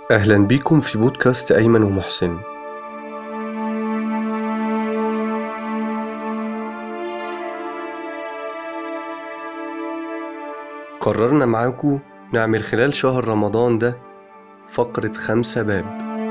أهلا بيكم في بودكاست أيمن ومحسن. قررنا معاكم نعمل خلال شهر رمضان ده فقرة 5 باب.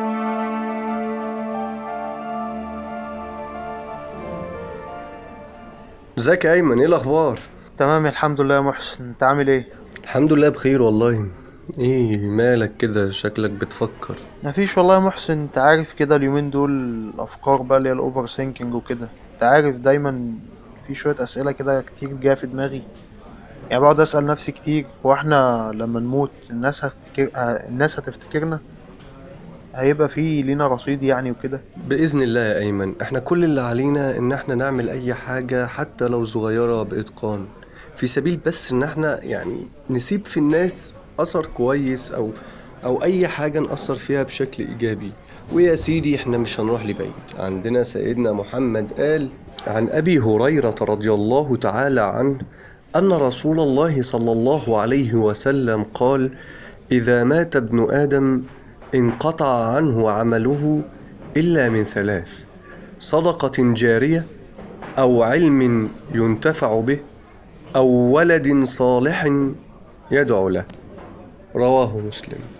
ازيك يا أيمن، ايه الأخبار؟ تمام، الحمد لله يا محسن. انت عامل ايه؟ الحمد لله بخير والله. ايه مالك كده، شكلك بتفكر؟ مفيش والله يا محسن. انت عارف كده اليومين دول الافكار بقى اللي هي الاوفر سينكينج وكده. انت عارف دايما في شوية اسئلة كده كتير جاية في دماغي. يعني بقعد اسأل نفسي كتير، هو احنا لما نموت الناس هتفتكرنا؟ هيبقى في لينا رصيد يعني وكده. بإذن الله يا أيمن، احنا كل اللي علينا ان احنا نعمل اي حاجة حتى لو صغيرة بإتقان، في سبيل بس ان احنا نسيب في الناس أثر كويس او اي حاجة نأثر فيها بشكل ايجابي. ويا سيدي احنا مش هنروح لبعيد، عندنا سيدنا محمد قال عن ابي هريرة رضي الله تعالى عنه ان رسول الله صلى الله عليه وسلم قال: اذا مات ابن ادم انقطع عنه عمله إلا من 3: صدقة جارية، أو علم ينتفع به، أو ولد صالح يدعو له. رواه مسلم.